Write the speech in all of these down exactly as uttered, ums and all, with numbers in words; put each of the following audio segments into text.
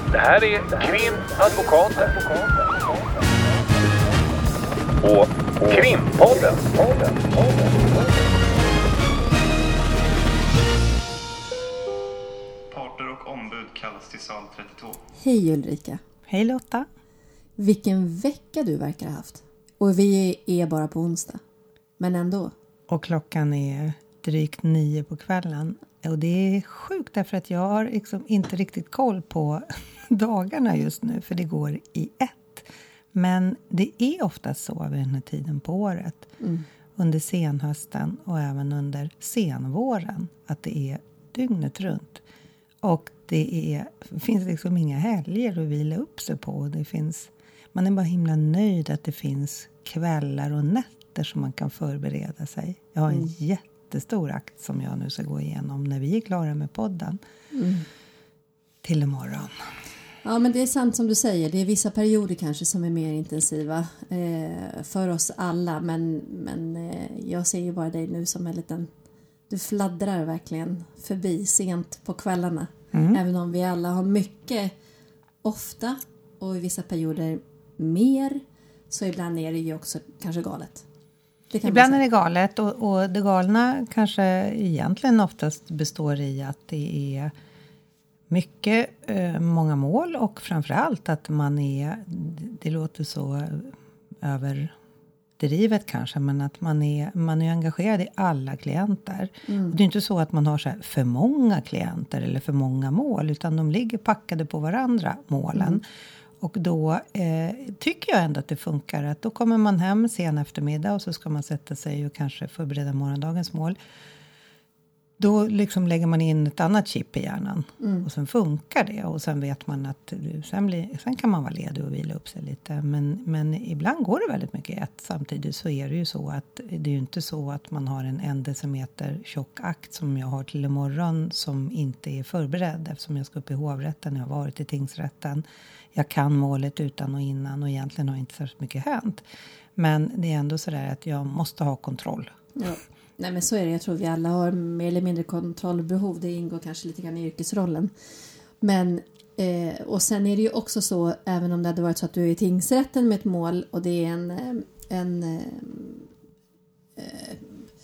Det här är Krimadvokaten. Och Krimpodden. Parter och ombud kallas till sal trettiotvå. Hej Ulrika. Hej Lotta. Vilken vecka du verkar ha haft. Och vi är bara på onsdag. Men ändå. Och klockan är drygt nio på kvällen. Och det är sjukt därför att jag har liksom inte riktigt koll på dagarna just nu. För det går i ett. Men det är ofta så vid den här tiden på året. Mm. Under senhösten och även under senvåren. Att det är dygnet runt. Och det är, finns liksom inga helger att vila upp sig på. Det finns, man är bara himla nöjd att det finns kvällar och nätter som man kan förbereda sig. Jag har en mm. jättestor akt som jag nu ska gå igenom när vi är klara med podden. Mm. Till imorgon. Ja, men det är sant som du säger. Det är vissa perioder kanske som är mer intensiva eh, för oss alla. Men, men eh, jag ser ju bara dig nu som en liten... Du fladdrar verkligen förbi sent på kvällarna. Mm. Även om vi alla har mycket ofta och i vissa perioder mer. Så ibland är det ju också kanske galet. Det kan ibland är det galet och, och det galna kanske egentligen oftast består i att det är mycket, eh, många mål. Och framförallt att man är, det låter så över... drivet kanske, men att man är, man är engagerad i alla klienter. Mm. Och det är inte så att man har så här för många klienter eller för många mål, utan de ligger packade på varandra, målen. Mm. Och då eh, tycker jag ändå att det funkar att då kommer man hem sen eftermiddag och så ska man sätta sig och kanske förbereda morgondagens mål. Då liksom lägger man in ett annat chip i hjärnan. Mm. Och sen funkar det. Och sen vet man att sen, blir, sen kan man vara ledig och vila upp sig lite. Men, men ibland går det väldigt mycket i ett. Samtidigt så är det ju så att det är ju inte så att man har en en decimeter tjock akt som jag har till imorgon som inte är förberedd. Eftersom jag ska upp i hovrätten. Jag har varit i tingsrätten. Jag kan målet utan och innan och egentligen har inte så mycket hänt. Men det är ändå så där att jag måste ha kontroll. Ja. Nej, men så är det. Jag tror vi alla har mer eller mindre kontrollbehov. Det ingår kanske lite grann i yrkesrollen. Men, eh, och sen är det ju också så, även om det hade varit så att du är i tingsrätten med ett mål och det är en, en, eh,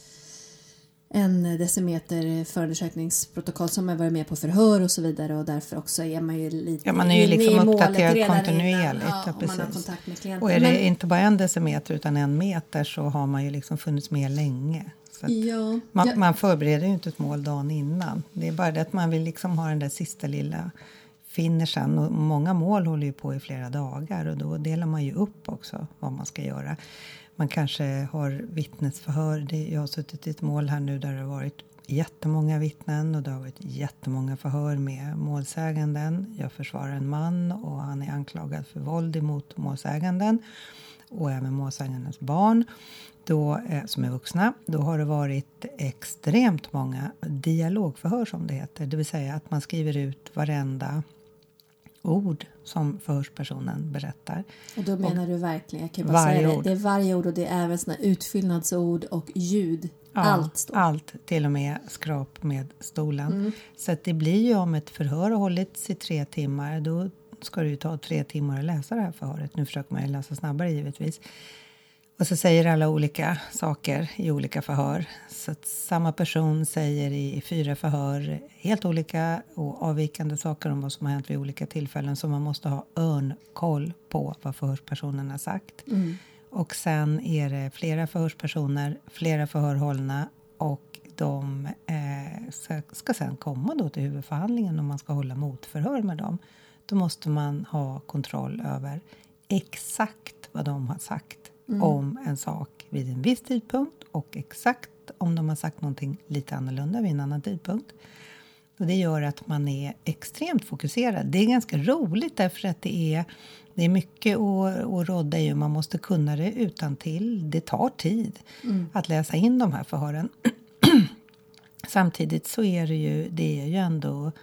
en decimeter förundersökningsprotokoll som har varit med på förhör och så vidare. Och därför också är man ju lite... Ja, man är ju liksom uppdaterad kontinuerligt. Ja, ja, och man har kontakt med klienten. Och är det men, inte bara en decimeter utan en meter så har man ju liksom funnits med länge. Ja, man, ja. man förbereder ju inte ett mål dagen innan. Det är bara det att man vill liksom ha den där sista lilla finishen. Och många mål håller ju på i flera dagar. Och då delar man ju upp också vad man ska göra. Man kanske har vittnesförhör. Det, jag har suttit i ett mål här nu där det har varit jättemånga vittnen. Och det har varit jättemånga förhör med målsäganden. Jag försvarar en man och han är anklagad för våld emot målsäganden. Och även målsägandens barn. Då, eh, som är vuxna, då har det varit extremt många dialogförhör som det heter. Det vill säga att man skriver ut varenda ord som förhörspersonen berättar. Och då menar och du verkligen, jag kan bara säga det, det är varje ord och det är även såna utfyllnadsord och ljud. Ja, allt står. Allt, till och med skrap med stolen. Mm. Så att det blir ju om ett förhör har hållits i tre timmar, då ska det ju ta tre timmar att läsa det här förhöret. Nu försöker man ju läsa snabbare givetvis. Och så säger alla olika saker i olika förhör. Så att samma person säger i fyra förhör helt olika och avvikande saker om vad som har hänt vid olika tillfällen. Så man måste ha örnkoll på vad förhörspersonen har sagt. Mm. Och sen är det flera förhörspersoner, flera förhörhållna. Och de eh, ska, ska sen komma då till huvudförhandlingen om man ska hålla motförhör med dem. Då måste man ha kontroll över exakt vad de har sagt. Mm. Om en sak vid en viss tidpunkt och exakt om de har sagt någonting lite annorlunda vid en annan tidpunkt. Och det gör att man är extremt fokuserad. Det är ganska roligt därför att det är, det är mycket att, att rodda i och man måste kunna det utan till. Det tar tid mm. att läsa in de här förhören. Samtidigt så är det ju, det är ju ändå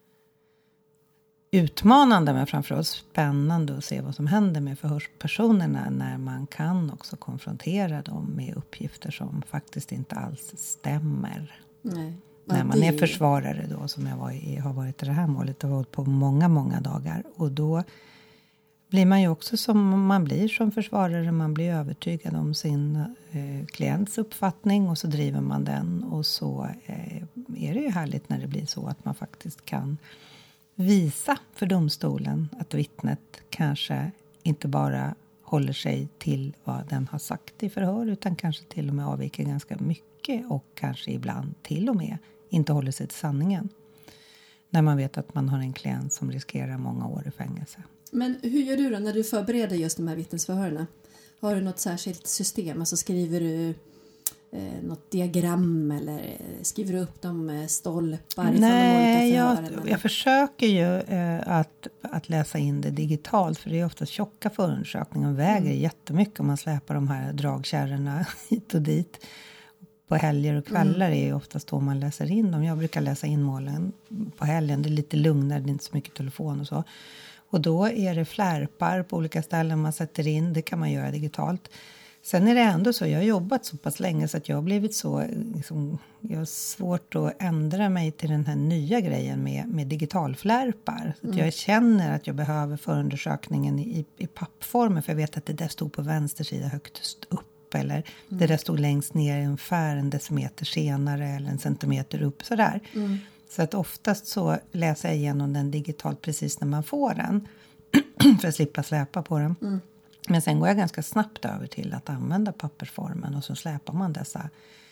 utmanande men framförallt spännande att se vad som händer med förhörspersonerna när man kan också konfrontera dem med uppgifter som faktiskt inte alls stämmer. Nej. när man det... är försvarare då, som jag var i, har varit i det här målet och varit på många, många dagar. Och då blir man ju också som man blir som försvarare. Man blir övertygad om sin eh, klients uppfattning och så driver man den. Och så eh, är det ju härligt när det blir så att man faktiskt kan visa för domstolen att vittnet kanske inte bara håller sig till vad den har sagt i förhör, utan kanske till och med avviker ganska mycket och kanske ibland till och med inte håller sig till sanningen. När man vet att man har en klient som riskerar många år i fängelse. Men hur gör du då när du förbereder just de här vittnesförhörerna? Har du något särskilt system? Alltså skriver du eh, något diagram eller skriver du upp de stolpar? Nej, de jag, förhören, jag försöker ju eh, att, att läsa in det digitalt. För det är ofta tjocka förundersökningar och väger mm. jättemycket om man släpar de här dragkärrorna hit och dit. På helger och kvällar mm. är ju oftast då man läser in dem. Jag brukar läsa in målen på helgen. Det är lite lugnare, det är inte så mycket telefon och så. Och då är det flärpar på olika ställen man sätter in. Det kan man göra digitalt. Sen är det ändå så, jag har jobbat så pass länge så att jag har blivit så, liksom, jag har svårt att ändra mig till den här nya grejen med, med digitalflärpar. Så att Mm. jag känner att jag behöver förundersökningen i, i pappformen, för jag vet att det där stod på vänster sida högst upp, eller mm. det där stod längst ner ungefär en decimeter senare eller en centimeter upp, sådär. Mm. Så att oftast så läser jag igenom den digitalt precis när man får den för att slippa släpa på den. Mm. Men sen går jag ganska snabbt över till att använda pappersformen och så släpar man dessa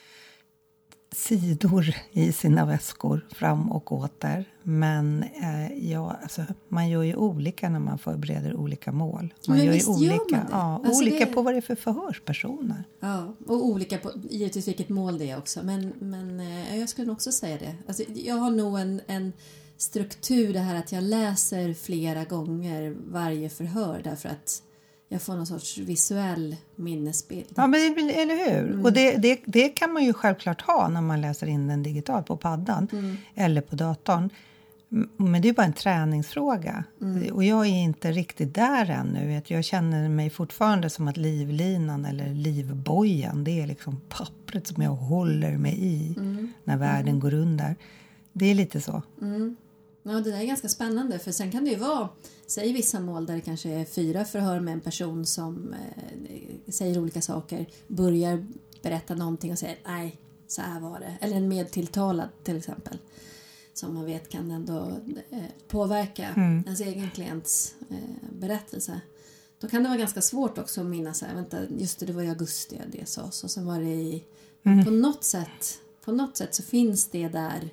sidor i sina väskor fram och åter. Men eh, ja, alltså, man gör ju olika när man förbereder olika mål. Man Men gör ju visst olika, gör man det? ja, Alltså olika det... på vad det är för förhörspersoner. Ja, och olika på givetvis vilket mål det är också. Men, men eh, jag skulle nog också säga det. Alltså, jag har nog en, en struktur det här att jag läser flera gånger varje förhör därför att jag får någon sorts visuell minnesbild. Ja, men eller hur? Mm. Och det, det, det kan man ju självklart ha när man läser in den digitalt på paddan mm. eller på datorn. Men det är bara en träningsfråga. Mm. Och jag är inte riktigt där ännu. Jag känner mig fortfarande som att livlinan eller livbojen, det är liksom pappret som jag håller mig i mm. när världen mm. går under. Det är lite så. Mm. Ja, det där är ganska spännande, för sen kan det ju vara, säg vissa mål där det kanske är fyra förhör med en person som eh, säger olika saker, börjar berätta någonting och säger nej, så här var det. Eller en medtilltalad till exempel, som man vet kan ändå eh, påverka mm. ens egen klients eh, berättelse. Då kan det vara ganska svårt också att minnas, här, vänta, just det, det var i augusti det sa, så sen var det i, mm. på något sätt, på något sätt så finns det där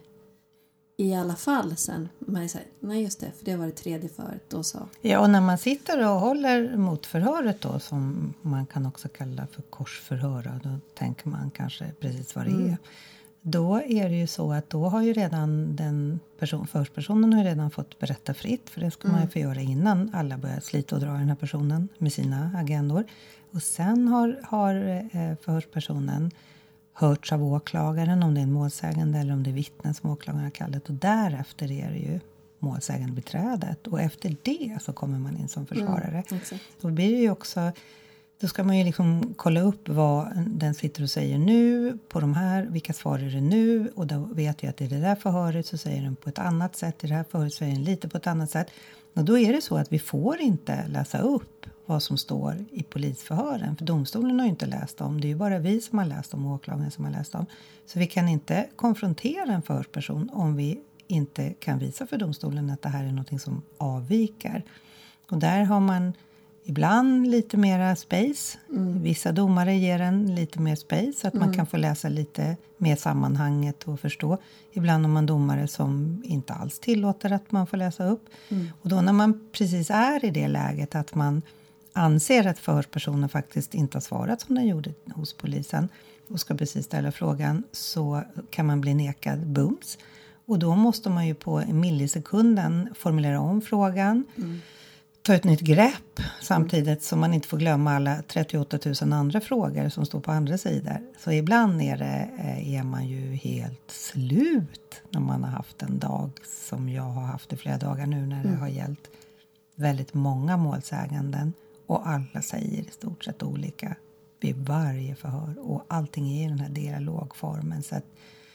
i alla fall sen. Man säger, nej just det, för det var det tredje förhöret då sa. Ja, och när man sitter och håller mot förhöret då, som man kan också kalla för korsförhör, då tänker man kanske precis vad det mm. är. Då är det ju så att då har ju redan den person, förhörspersonen har ju redan fått berätta fritt, för det ska mm. man ju få göra innan alla börjar slita och dra den här personen med sina agendor. Och sen har, har förhörspersonen hörts av åklagaren, om det är en målsägande eller om det är vittnen som åklagaren har kallat. Och därefter är det ju målsägande beträdet. Och efter det så kommer man in som försvarare. Mm, då blir det ju också, då ska man ju liksom kolla upp vad den sitter och säger nu på de här, vilka svar är det nu? Och då vet jag att i det där förhöret så säger den på ett annat sätt, i det här förhöret säger den lite på ett annat sätt. Och då är det så att vi får inte läsa upp vad som står i polisförhören. För domstolen har ju inte läst dem. Det är ju bara vi som har läst dem och åklagaren som har läst dem. Så vi kan inte konfrontera en förhörsperson om vi inte kan visa för domstolen att det här är något som avviker. Och där har man ibland lite mera space. Mm. Vissa domare ger en lite mer space så att mm. man kan få läsa lite mer sammanhanget och förstå. Ibland har man domare som inte alls tillåter att man får läsa upp. Mm. Och då när man precis är i det läget att man anser att förhörspersonen faktiskt inte har svarat som den gjorde hos polisen och ska precis ställa frågan, så kan man bli nekad bums. Och då måste man ju på en millisekunden formulera om frågan. Mm. Ta ett nytt grepp samtidigt som man inte får glömma alla trettioåtta tusen andra frågor som står på andra sidor. Så ibland är, det, är man ju helt slut när man har haft en dag som jag har haft i flera dagar nu när det mm. har gällt väldigt många målsäganden. Och alla säger i stort sett olika vid varje förhör. Och allting är i den här dialogformen. Så att,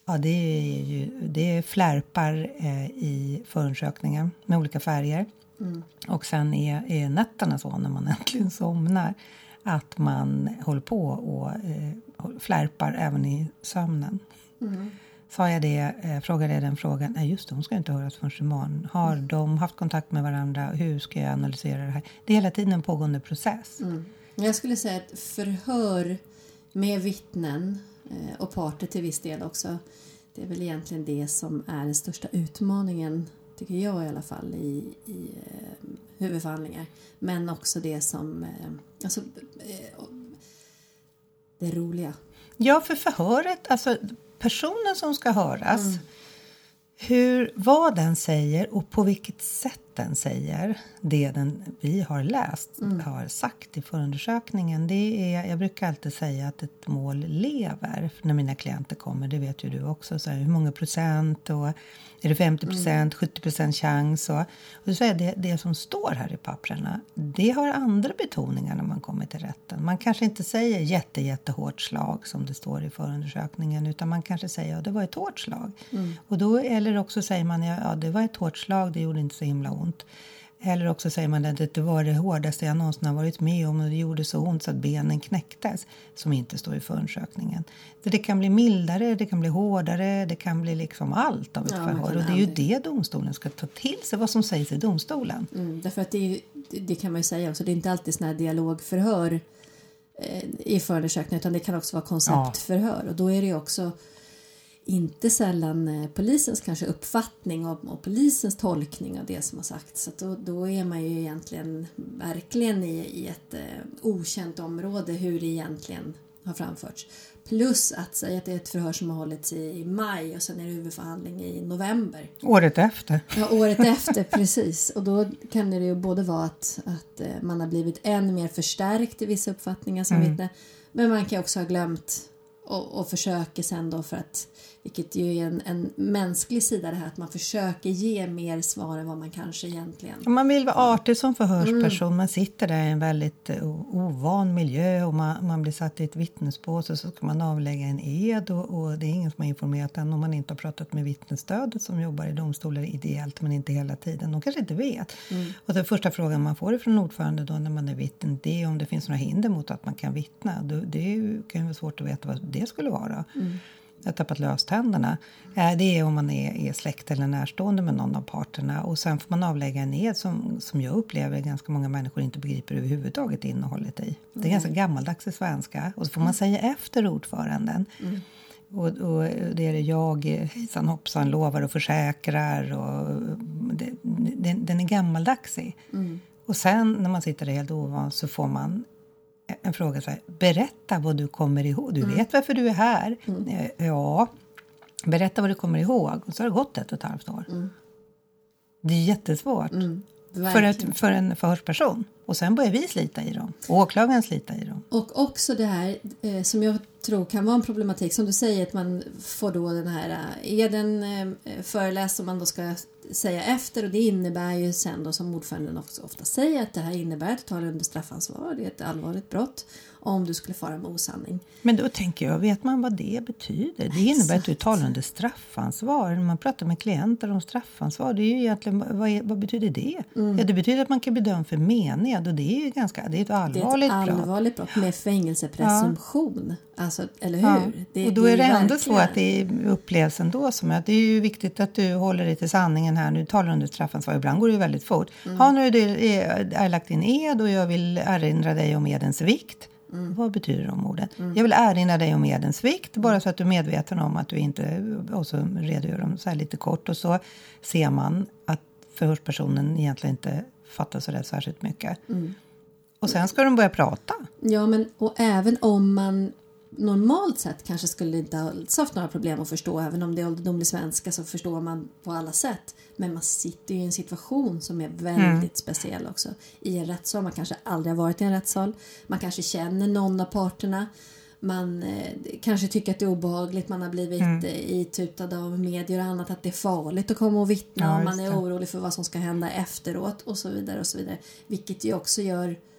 Ja, det är ju det är flärpar eh, i förundersökningen med olika färger. Mm. Och sen är, är nätterna så när man äntligen somnar att man håller på och eh, flärpar även i sömnen. Mm. Sa jag det, eh, frågade jag den frågan, nej just det, hon ska inte höras förrän imorgon. Har mm. de haft kontakt med varandra? Hur ska jag analysera det här? Det är hela tiden en pågående process. Mm. Jag skulle säga att förhör med vittnen eh, och parter till viss del också. Det är väl egentligen det som är den största utmaningen, tycker jag i alla fall, i, i eh, huvudförhandlingar. Men också det som, eh, alltså, eh, det roliga. Ja, för förhöret, alltså personen som ska höras, mm. hur, vad den säger och på vilket sätt den säger det den vi har läst, mm. har sagt i förundersökningen. Det är, jag brukar alltid säga att ett mål lever när mina klienter kommer, det vet ju du också. Så här, hur många procent och är det femtio procent, mm. sjuttio procent chans? Och, och så är det, det som står här i papperna, det har andra betoningar när man kommer till rätten. Man kanske inte säger jätte, jättehårt slag som det står i förundersökningen, utan man kanske säger att ja, det var ett hårt slag. Mm. Och då, eller också säger man ja, ja, det var ett hårt slag, det gjorde inte så himla ont. Eller också säger man att det var det hårdaste jag någonsin har varit med om och det gjorde så ont så att benen knäcktes, som inte står i förundersökningen. Så det kan bli mildare, det kan bli hårdare, det kan bli liksom allt av ett ja, förhör. Och det är ju det domstolen ska ta till sig, vad som sägs i domstolen. Mm, därför att det, är, det kan man ju säga också, det är inte alltid såna här dialogförhör eh, i förundersökningen, utan det kan också vara konceptförhör. Ja. Och då är det ju också inte sällan eh, polisens kanske uppfattning och, och polisens tolkning av det som har sagts. Så då, då är man ju egentligen verkligen i, i ett eh, okänt område hur det egentligen har framförts. Plus att säga att det är ett förhör som har hållits i, i maj och sen är det huvudförhandling i november. Året efter. Ja, året efter, precis. Och då kan det ju både vara att, att eh, man har blivit än mer förstärkt i vissa uppfattningar som mm. vittne. Men man kan också ha glömt och, och försöker sen då för att, vilket ju är en, en mänsklig sida det här, att man försöker ge mer svar än vad man kanske egentligen... Man vill vara artig som förhörsperson, mm. man sitter där i en väldigt ovan miljö och man, man blir satt i ett vittnesbås och så ska man avlägga en ed och, och det är ingen som har informerat en om man inte har pratat med vittnesstödet som jobbar i domstolar ideellt men inte hela tiden. De kanske inte vet. Mm. Och den första frågan man får från ordförande då när man är vittnen, det är om det finns några hinder mot att man kan vittna. Det, det kan ju vara svårt att veta vad det skulle vara. Mm. Jag har tappat löständerna. Det är om man är, är släkt eller närstående med någon av parterna. Och sen får man avlägga en ed som, som jag upplever ganska många människor inte begriper överhuvudtaget innehållet i. Det är mm. ganska gammaldags i svenska. Och så får man säga efter ordföranden. Mm. Och, och det är det jag, hejsan hoppsan, lovar och försäkrar. Och det, det, den är gammaldags i. Mm. Och sen när man sitter där helt ovan så får man en fråga så här, berätta vad du kommer ihåg. Du mm. vet varför du är här. Mm. Ja, berätta vad du kommer ihåg. Och så har det gått ett och ett halvt år. Mm. Det är jättesvårt. Mm. För, ett, för en förhörsperson. Och sen börjar vi slita i dem. Och åklagaren slita i dem. Och också det här eh, som jag tror kan vara en problematik. Som du säger att man får då den här eh, eden eh, föreläst som man då ska säga efter. Och det innebär ju sen då som ordföranden också ofta säger att det här innebär att du tar under straffansvar. Det är ett allvarligt brott om du skulle fara med osanning. Men då tänker jag, vet man vad det betyder? Det innebär att du talar under straffansvar. När man pratar med klienter om straffansvar, det är ju egentligen, vad, är, vad betyder det? Mm. Ja, det betyder att man kan bedöma för mened och det är ju ganska, det är ett allvarligt brott. Det är ett allvarligt brott med fängelsepresumtion. Ja. Alltså, eller hur? Ja. Det, och då är det, det ändå så att det upplevs ändå som att det är ju viktigt att du håller dig till sanningen här. Nu talar under straffansvar, ibland går det ju väldigt fort. Mm. Ja, nu är det är lagt in ed och jag vill erinra dig om edens vikt. Mm. Vad betyder de orden? Mm. Jag vill erinra dig om edens vikt. Bara så att du är medveten om att du inte... Och så redogör de så här lite kort. Och så ser man att förhörspersonen egentligen inte fattar så där särskilt mycket. Mm. Och sen ska de börja prata. Ja, men och även om man normalt sett kanske skulle inte ha haft några problem att förstå. Även om det är ålderdomlig svenska så förstår man på alla sätt. Men man sitter ju i en situation som är väldigt mm. speciell också. I en rättssal. Man kanske aldrig har varit i en rättssal. Man kanske känner någon av parterna. Man eh, kanske tycker att det är obehagligt. Man har blivit mm. eh, itutad av medier och annat. Att det är farligt att komma och vittna. Ja, och man är orolig för vad som ska hända efteråt. Och så vidare och så vidare. Vilket ju också gör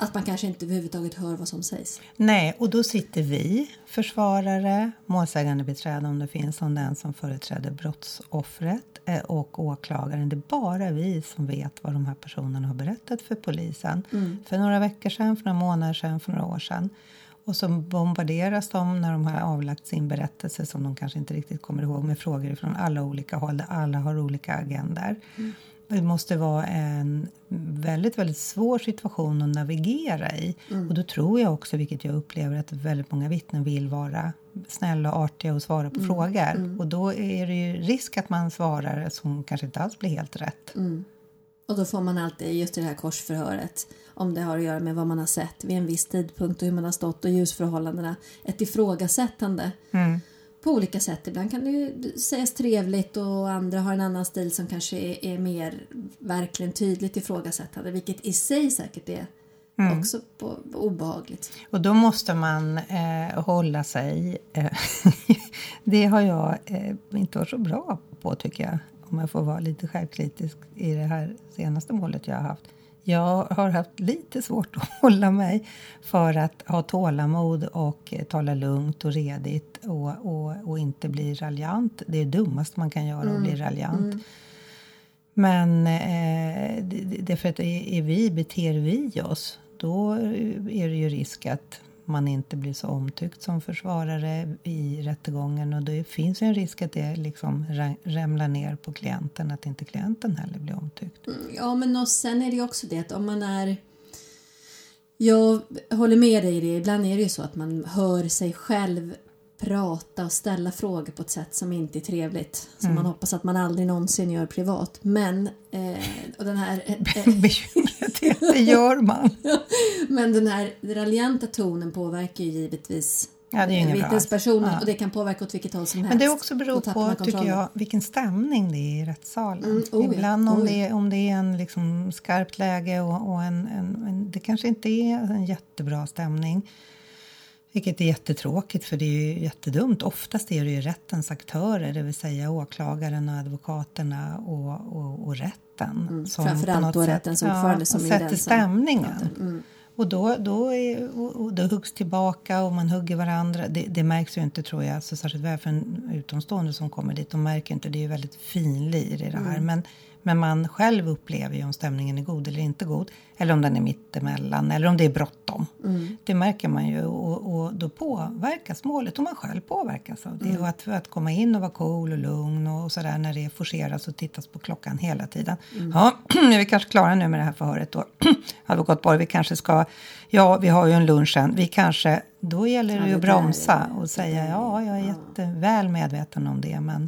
att man kanske inte överhuvudtaget hör vad som sägs. Nej, och då sitter vi, försvarare, målsägande beträde om det finns, som den som företräder brottsoffret och åklagaren. Det är bara vi som vet vad de här personerna har berättat för polisen. Mm. För några veckor sedan, för några månader sedan, för några år sedan. Och så bombarderas de när de har avlagt sin berättelse som de kanske inte riktigt kommer ihåg med frågor från alla olika håll där alla har olika agender. Mm. Det måste vara en väldigt, väldigt svår situation att navigera i. Mm. Och då tror jag också, vilket jag upplever, att väldigt många vittnen vill vara snälla och artiga och svara på mm. frågor. Mm. Och då är det ju risk att man svarar som kanske inte alls blir helt rätt. Mm. Och då får man alltid just i det här korsförhöret, om det har att göra med vad man har sett vid en viss tidpunkt och hur man har stått och ljusförhållandena, ett ifrågasättande. Mm. På olika sätt. Ibland kan det ju sägas trevligt och andra har en annan stil som kanske är, är mer verkligen tydligt ifrågasättande. Vilket i sig säkert är mm. också på, obehagligt. Och då måste man eh, hålla sig. Eh, det har jag eh, inte varit så bra på, tycker jag. Om jag får vara lite självkritisk i det här senaste målet jag har haft. Jag har haft lite svårt att hålla mig för att ha tålamod och tala lugnt och redigt och, och, och inte bli raljant. Det är det dummaste man kan göra, mm. att bli raljant. Mm. Men eh, därför att är vi, beter vi oss, då är det ju risk att man inte blir så omtyckt som försvarare i rättegången. Och det finns ju en risk att det liksom rämlar ner på klienten, att inte klienten heller blir omtyckt. Ja, men och sen är det ju också det att om man är... Jag håller med dig i det. Ibland är det ju så att man hör sig själv prata och ställa frågor på ett sätt som inte är trevligt. Som mm. man hoppas att man aldrig någonsin gör privat. Men eh, och den här... Eh, Bekymret, det gör man. Men den här raljanta tonen påverkar ju givetvis ja, det är ingen vittnespersonen. Ja. Och det kan påverka åt vilket håll som helst. Men det också beror på, tycker jag, vilken stämning det är i rättssalen. Mm, oh, Ibland om, oh, det är, om det är en liksom skarpt läge och, och en, en, en... Det kanske inte är en jättebra stämning. Vilket är jättetråkigt, för det är ju jättedumt. Oftast är det ju rättens aktörer, det vill säga åklagaren och advokaterna och, och, och rätten. Mm, som framförallt då rättens ordförande, ja, som sätter den stämningen. Mm. Och, då, då, är, och då huggs tillbaka och man hugger varandra. Det, det märks ju inte, tror jag, så särskilt väl för en utomstående som kommer dit. De märker inte, det är ju väldigt finlir i det här. Mm. Men, men man själv upplever ju om stämningen är god eller inte god. Eller om den är mittemellan. Eller om det är bråttom. Mm. Det märker man ju. Och, och då påverkas målet. Och man själv påverkas av det. Mm. Och att, att komma in och vara cool och lugn. Och sådär när det forceras och tittas på klockan hela tiden. Mm. Ja, nu är vi kanske klara nu med det här förhöret då. Advokat Borg, vi kanske ska... Ja, vi har ju en lunch sen. Vi kanske... Då gäller det ju att bromsa. Och säga, ja, jag är ja. jätteväl medveten om det. Men...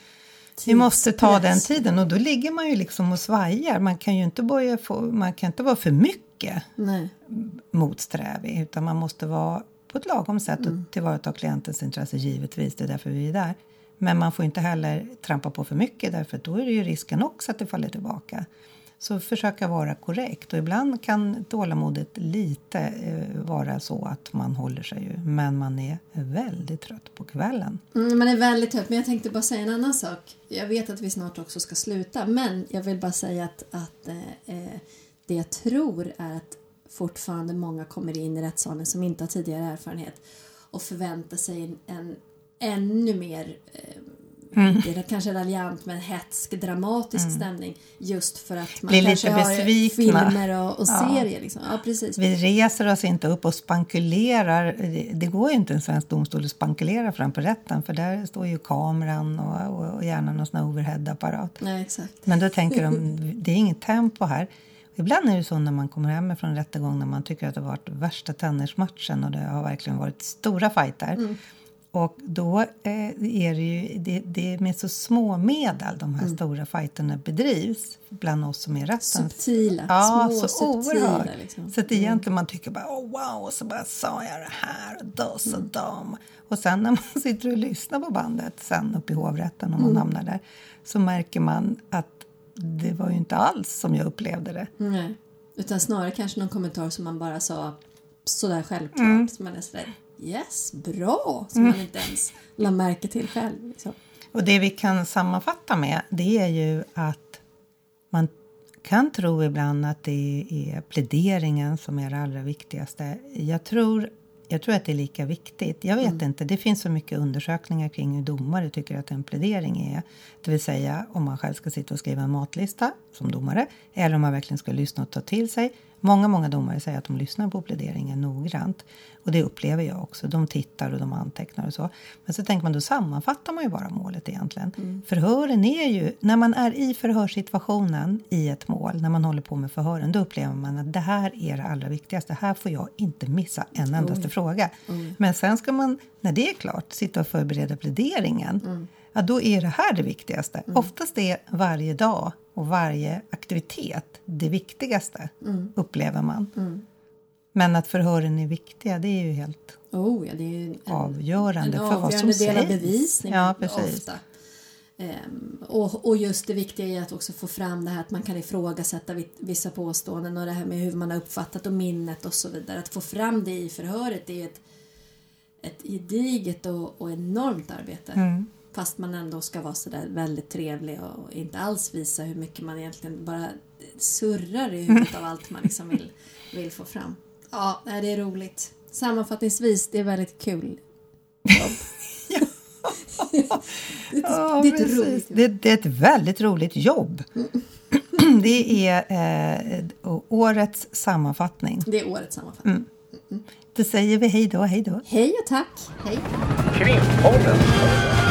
Vi måste ta den tiden, och då ligger man ju liksom och svajar. Man kan ju inte börja få, man kan inte vara för mycket Nej. motsträvig, utan man måste vara på ett lagom sätt mm. och tillvarata klientens intresse, givetvis, det är därför vi är där. Men man får inte heller trampa på för mycket, därför då är det ju risken också att det faller tillbaka. Så försöka vara korrekt, och ibland kan tålamodet lite eh, vara så att man håller sig ju, men man är väldigt trött på kvällen. Mm, man är väldigt trött, men jag tänkte bara säga en annan sak. Jag vet att vi snart också ska sluta, men jag vill bara säga att, att eh, det jag tror är att fortfarande många kommer in i rättssalen som inte har tidigare erfarenhet och förväntar sig en, en ännu mer... Eh, Mm. Det är kanske raljant med en hetsk, dramatisk mm. stämning. Just för att man blir kanske lite har besvikna. filmer och, och ja. serier. Liksom. Ja, precis. Vi reser oss inte upp och spankulerar. Det går ju inte en svensk domstol att spankulera framför rätten. För där står ju kameran och, och, och gärna någon sån här overhead-apparat. Ja, exakt. Men då tänker de, det är inget tempo här. Ibland är det så när man kommer hem från rättegång, när man tycker att det har varit värsta tennismatchen och det har verkligen varit stora fighter. Mm. Och då eh, är det ju det, det är med så små medel de här mm. stora fighterna bedrivs bland oss som är rätten. Subtila, ja, små så oerhört. Liksom. Så att egentligen man tycker bara, oh, wow, och så bara sa jag det här och då så mm. dam. Och sen när man sitter och lyssnar på bandet sen uppe i hovrätten, om man mm. hamnar där, så märker man att det var ju inte alls som jag upplevde det. Nej, utan snarare kanske någon kommentar som man bara sa sådär självklart, mm. som man är sådär. Yes, bra! Som mm. man inte ens la märke till själv. Liksom. Och det vi kan sammanfatta med, det är ju att man kan tro ibland att det är pläderingen som är det allra viktigaste. Jag tror, jag tror att det är lika viktigt. Jag vet mm. inte, det finns så mycket undersökningar kring hur domare tycker att en plädering är. Det vill säga om man själv ska sitta och skriva en matlista som domare. Eller om man verkligen ska lyssna och ta till sig. Många, många domare säger att de lyssnar på pläderingen noggrant. Och det upplever jag också. De tittar och de antecknar och så. Men så tänker man, då sammanfattar man ju bara målet egentligen. Mm. Förhören är ju, när man är i förhörssituationen i ett mål, när man håller på med förhören, då upplever man att det här är det allra viktigaste. Här får jag inte missa en endaste mm. fråga. Mm. Men sen ska man, när det är klart, sitta och förbereda pläderingen. Mm. Ja, då är det här det viktigaste. Mm. Oftast är varje dag och varje aktivitet det viktigaste, mm. upplever man. Mm. Men att förhören är viktiga, det är ju helt oh, ja, det är ju en, avgörande en för vad som del av bevisningen. Ja, precis. Ofta. Um, och, och just det viktiga är att också få fram det här att man kan ifrågasätta vissa påståenden och det här med hur man har uppfattat och minnet och så vidare. Att få fram det i förhöret är ett, ett gediget och, och enormt arbete. Mm. Fast man ändå ska vara så där väldigt trevlig och inte alls visa hur mycket man egentligen bara surrar i huvudet av allt man liksom vill, vill få fram. Ja, det är roligt. Sammanfattningsvis, det är väldigt kul jobb. ja. det, ja, det, är ett roligt det, det är ett väldigt roligt jobb. Mm. det är eh, årets sammanfattning. Det är årets sammanfattning. Mm. Mm. Då säger vi hej då, hej då. Hej och tack. Hej. Krimpodden.